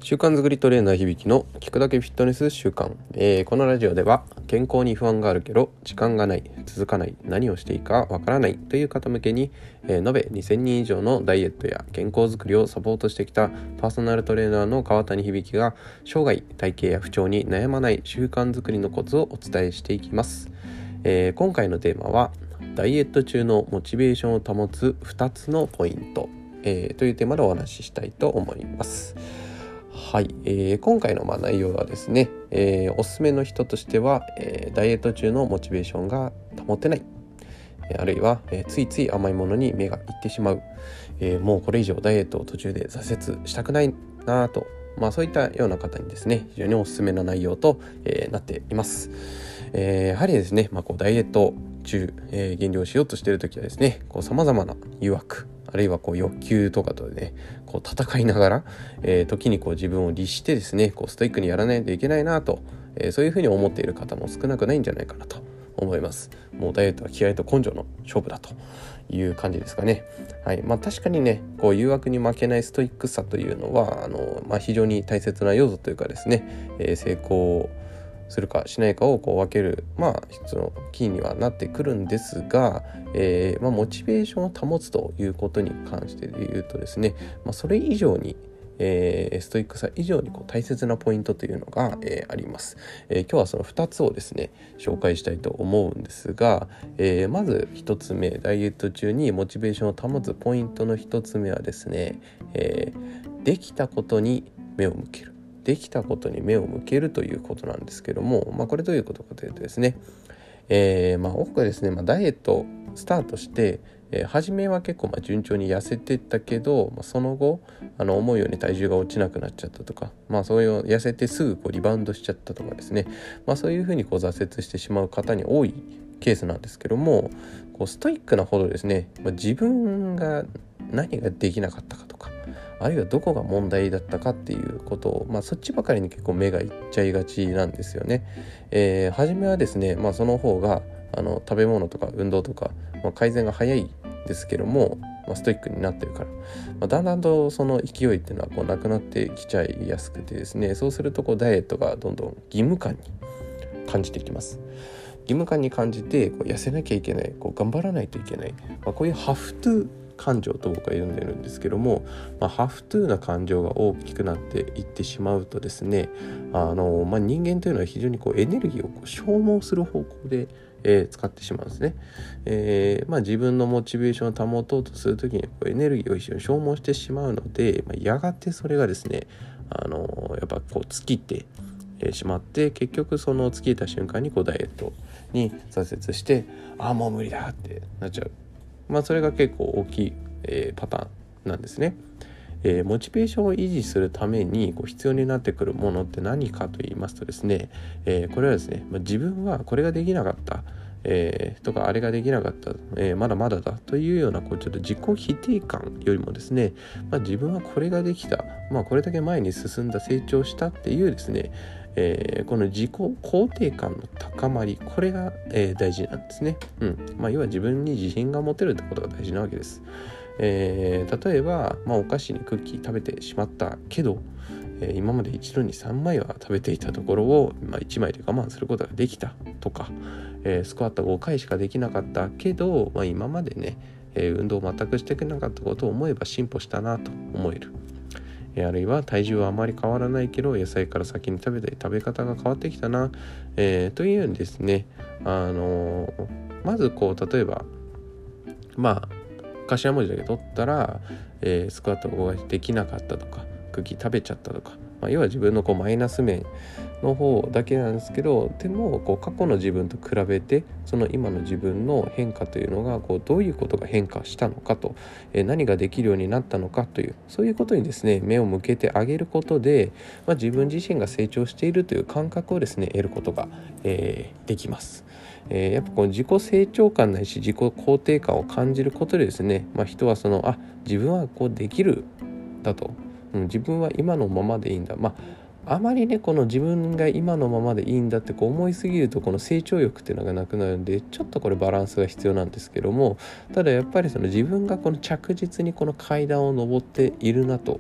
習慣作りトレーナー響の聞くだけフィットネス習慣、このラジオでは健康に不安があるけど時間がない、続かない、何をしていいかわからないという方向けに、延べ2000人以上のダイエットや健康づくりをサポートしてきたパーソナルトレーナーの川谷響が生涯体型や不調に悩まない習慣づくりのコツをお伝えしていきます。今回のテーマはダイエット中のモチベーションを保つ2つのポイント、というテーマでお話ししたいと思います。はい、今回の内容はですね、おすすめの人としては、ダイエット中のモチベーションが保てない、あるいは、ついつい甘いものに目がいってしまう、もうこれ以上ダイエットを途中で挫折したくないなと、そういったような方にですね非常におすすめな内容と、なっています。やはりですね、ダイエット中、減量しようとしている時はですね様々な誘惑あるいは欲求とかとね戦いながら、時に自分を律してですねストイックにやらないといけないなと、そういうふうに思っている方も少なくないんじゃないかなと思います。もうダイエットは気合と根性の勝負だという感じですかね。はい、確かにね誘惑に負けないストイックさというのは非常に大切な要素というかですね、成功するかしないかを分ける一つのキーにはなってくるんですが、モチベーションを保つということに関してで言うとですね、それ以上にストイックさ以上に大切なポイントというのが、あります。今日はその2つをですね紹介したいと思うんですが、まず1つ目、ダイエット中にモチベーションを保つポイントの1つ目はですね、できたことに目を向けるということなんですけども、これどういうことかというとですね、多くはですね、ダイエットスタートして、初めは結構順調に痩せてったけど、その後思うように体重が落ちなくなっちゃったとか、そういう痩せてすぐリバウンドしちゃったとかですね、そういうふうに挫折してしまう方に多いケースなんですけども、ストイックなほどですね、自分が何ができなかったかとか、あるいはどこが問題だったかっていうことを、そっちばかりに結構目がいっちゃいがちなんですよね。初めはですね、その方が食べ物とか運動とか、改善が早いですけども、ストイックになってるから、だんだんとその勢いっていうのはなくなってきちゃいやすくてですね、そうするとダイエットがどんどん義務感に感じてきます。義務感に感じて痩せなきゃいけない、頑張らないといけない、こういうハフトゥ感情と僕は呼んでるんですけども、ハフトゥーな感情が大きくなっていってしまうとですね、人間というのは非常にエネルギーを消耗する方向で、使ってしまうんですね。自分のモチベーションを保とうとするときにエネルギーを一緒に消耗してしまうので、やがてそれがですねやっぱ尽きてしまって、結局その尽きた瞬間にダイエットに挫折して、もう無理だってなっちゃう。それが結構大きい、パターンなんですね。モチベーションを維持するために必要になってくるものって何かと言いますとですね、これはですね、自分はこれができなかった、とかあれができなかった、まだまだだというようなちょっと自己否定感よりもですね、自分はこれができた、これだけ前に進んだ、成長したっていうですね、この自己肯定感の高まり、これが、大事なんですね。要は自分に自信が持てるってことが大事なわけです。例えば、お菓子にクッキー食べてしまったけど、今まで一度に3枚は食べていたところを、1枚で我慢することができたとか、スクワット5回しかできなかったけど、今までね、運動を全くしてくれなかったことを思えば進歩したなと思える。あるいは体重はあまり変わらないけど野菜から先に食べたり食べ方が変わってきたな、というようにですね、まず例えば頭文字だけ取ったら、スクワットができなかったとか、クッキー食べちゃったとか、要は自分のマイナス面の方だけなんですけど、でも過去の自分と比べてその今の自分の変化というのがどういうことが変化したのかと、何ができるようになったのかという、そういうことにですね目を向けてあげることで、自分自身が成長しているという感覚をですね得ることが、できます。やっぱ自己成長感ないし自己肯定感を感じることでですね、人は自分はできるだと、自分は今のままでいいんだ、あまりね自分が今のままでいいんだって思いすぎると成長欲っていうのがなくなるんで、ちょっとバランスが必要なんですけども、ただやっぱり自分が着実に階段を上っているなと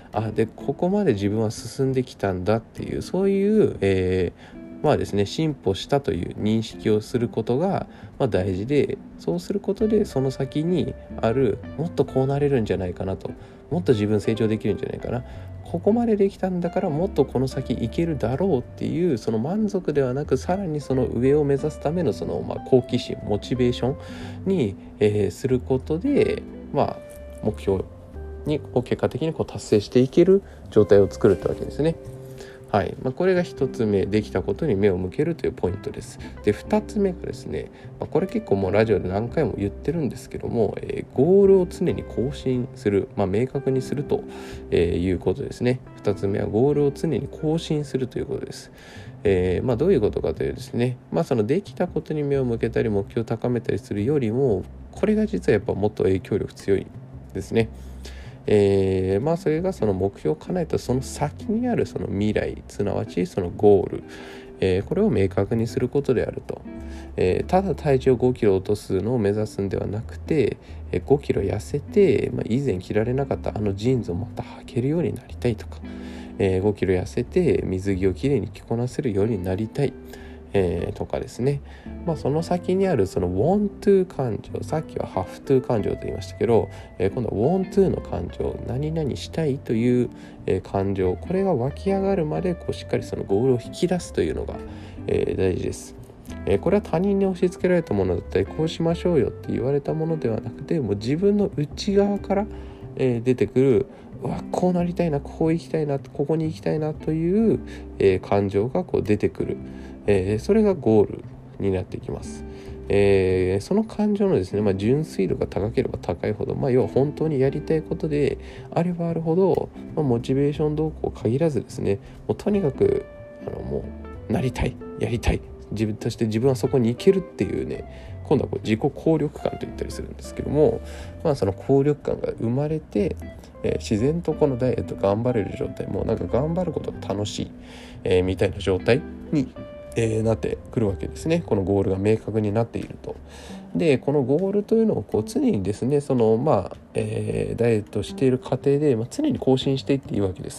でここまで自分は進んできたんだっていう、そういう、ですね、進歩したという認識をすることが、大事で、そうすることでその先にあるもっとこうなれるんじゃないかなと、もっと自分成長できるんじゃないかな、ここまでできたんだからもっとこの先いけるだろうっていう、その満足ではなく、さらにその上を目指すためのその、好奇心、モチベーションに、することで、目標に結果的に達成していける状態を作るってわけですね。はい。これが一つ目、できたことに目を向けるというポイントです。で、二つ目がですね、これ結構もうラジオで何回も言ってるんですけども、ゴールを常に更新する、明確にするということですね。二つ目はゴールを常に更新するということです。どういうことかというとですね、そのできたことに目を向けたり目標を高めたりするよりも、これが実はやっぱもっと影響力強いですね。それがその目標を叶えたその先にあるその未来、すなわちそのゴール、これを明確にすることであると。ただ体重を5キロ落とすのを目指すんではなくて、5キロ痩せて、以前着られなかったあのジーンズをまた履けるようになりたいとか、5キロ痩せて水着をきれいに着こなせるようになりたい、とかですね。その先にあるその want to 感情、さっきは have to 感情と言いましたけど、今度は want to の感情、何々したいという、感情、これが湧き上がるまでしっかりそのゴールを引き出すというのが、大事です。これは他人に押し付けられたものだったり、こうしましょうよって言われたものではなくて、もう自分の内側から、出てくる、こうなりたいな、こう行きたいな、ここに行きたいなという、感情が出てくる、それがゴールになってきます。その感情のですね、純粋度が高ければ高いほど、要は本当にやりたいことであればあるほど、モチベーション動向を限らずですね、もうとにかくもうなりたい、やりたい、自分として自分はそこに行けるっていうね、今度は自己効力感と言ったりするんですけども、その効力感が生まれて、自然とこのダイエット頑張れる状態、もうなんか頑張ることが楽しい、みたいな状態になってくるわけですね。このゴールが明確になっていると。で、このゴールというのを常にですね、そのダイエットしている過程で、常に更新していっていいわけです。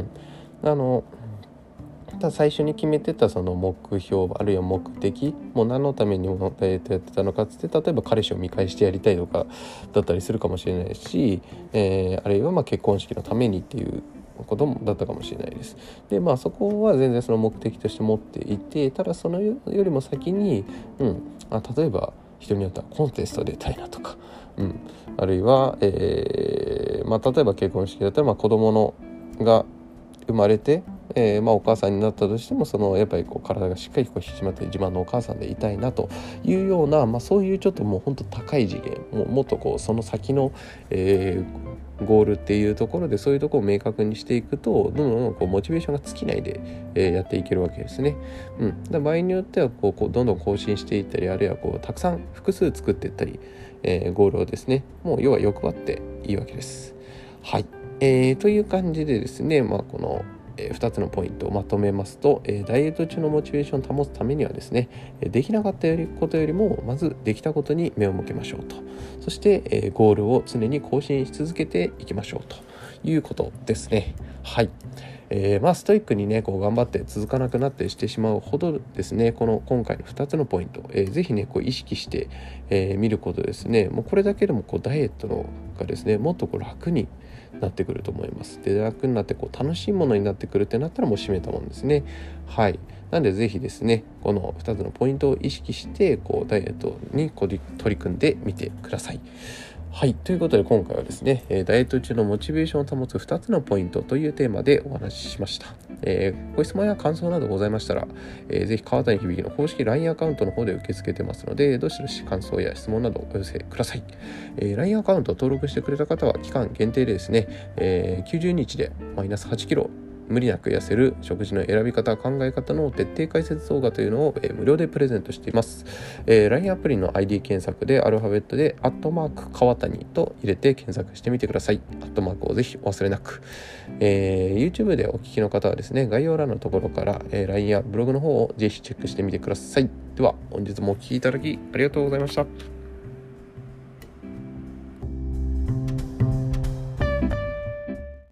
最初に決めてたその目標、あるいは目的、もう何のためにもダイエットやってたのかつって、例えば彼氏を見返してやりたいとかだったりするかもしれないし、あるいは結婚式のためにっていうこともだったかもしれないです。で、そこは全然その目的として持っていて、ただそのよりも先に、例えば人によってはコンテスト出たいなとか、あるいは、例えば結婚式だったら子供のが生まれて、お母さんになったとしても、そのやっぱり体がしっかり引き締まって自慢のお母さんでいたいなというような、そういうちょっともう本当高い次元、もっとその先の、ゴールっていうところで、そういうところを明確にしていくと、どんどんモチベーションが尽きないで、やっていけるわけですね。だ場合によってはどんどん更新していったり、あるいはたくさん複数作っていったり、ゴールをですね、もう要は欲張っていいわけです。はい。という感じでですね、この2つのポイントをまとめますと、ダイエット中のモチベーションを保つためにはですね、できなかったことよりもまずできたことに目を向けましょうと。そして、ゴールを常に更新し続けていきましょうということですね。はい。ストイックにね頑張って続かなくなってしてしまうほどですね、今回の2つのポイント、ぜひね意識して、見ることですね、もうこれだけでもダイエットがですねもっと楽になってくると思います。で、楽になって楽しいものになってくるってなったらもう締めたもんですね。はい。なんでぜひですね、この2つのポイントを意識してダイエットに取り組んでみてください。はい。ということで今回はですね、ダイエット中のモチベーションを保つ2つのポイントというテーマでお話ししました。ご質問や感想などございましたら、ぜひ川谷響の公式 LINE アカウントの方で受け付けてますので、どしどし感想や質問などお寄せください。LINE アカウントを登録してくれた方は期間限定でですね、90日でマイナス8キロ無理なく痩せる食事の選び方、考え方の徹底解説動画というのを、無料でプレゼントしています。LINE アプリの ID 検索でアルファベットで川谷と入れて検索してみてください。アットマークをぜひお忘れなく。YouTube でお聞きの方はですね、概要欄のところから、LINE やブログの方をぜひチェックしてみてください。では本日もお聞きいただきありがとうございました。